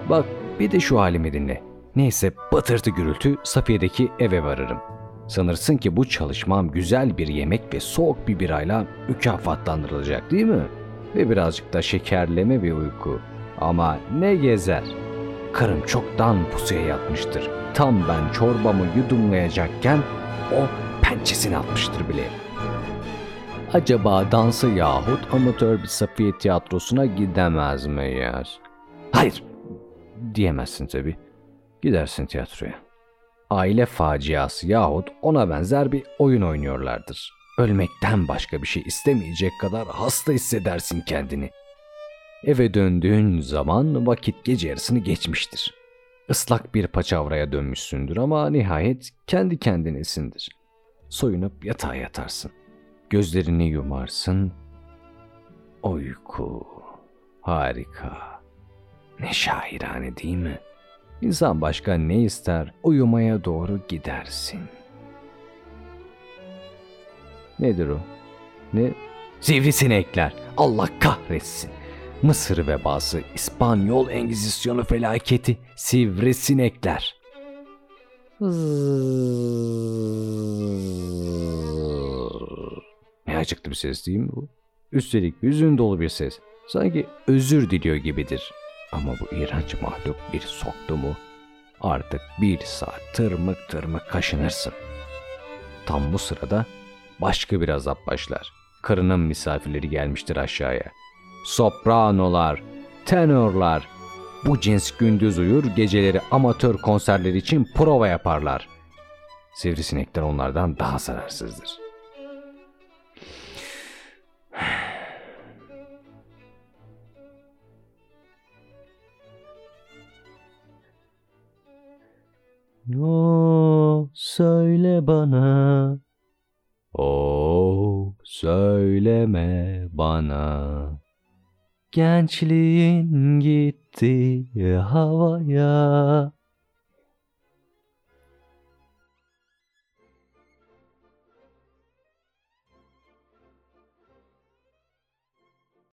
Bak bir de şu halimi dinle. Neyse batırtı gürültü Safiye'deki eve varırım. Sanırsın ki bu çalışmam güzel bir yemek ve soğuk bir birayla mükafatlandırılacak değil mi? Ve birazcık da şekerleme bir uyku. Ama ne gezer? Karım çoktan pusuya yatmıştır. Tam ben çorbamı yudumlayacakken o pençesini atmıştır bile. Acaba dansa yahut amatör bir Safiye tiyatrosuna gidemez miyiz? Hayır, diyemezsin tabii. Gidersin tiyatroya. Aile faciası yahut ona benzer bir oyun oynuyorlardır. Ölmekten başka bir şey istemeyecek kadar hasta hissedersin kendini. Eve döndüğün zaman vakit gece yarısını geçmiştir. Islak bir paçavraya dönmüşsündür ama nihayet kendi kendinesindir. Soyunup yatağa yatarsın. Gözlerini yumarsın. Uyku. Harika. Ne şairane değil mi? İnsan başka ne ister? Uyumaya doğru gidersin. Nedir o? Ne? Sivrisinekler. Allah kahretsin. Mısır vebası, İspanyol Engizisyonu felaketi, sivrisinekler. Ne acıklı bir ses değil mi bu? Üstelik hüzün dolu bir ses. Sanki özür diliyor gibidir. Ama bu iğrenç mahluk bir soktu mu artık bir saat tırmık tırmık kaşınırsın. Tam bu sırada başka bir azap başlar. Karının misafirleri gelmiştir aşağıya. Sopranolar, tenorlar. Bu cins gündüz uyur, geceleri amatör konserler için prova yaparlar. Sivrisinekler onlardan daha zararsızdır. O söyle bana, o söyleme bana. Gençliğin gitti havaya.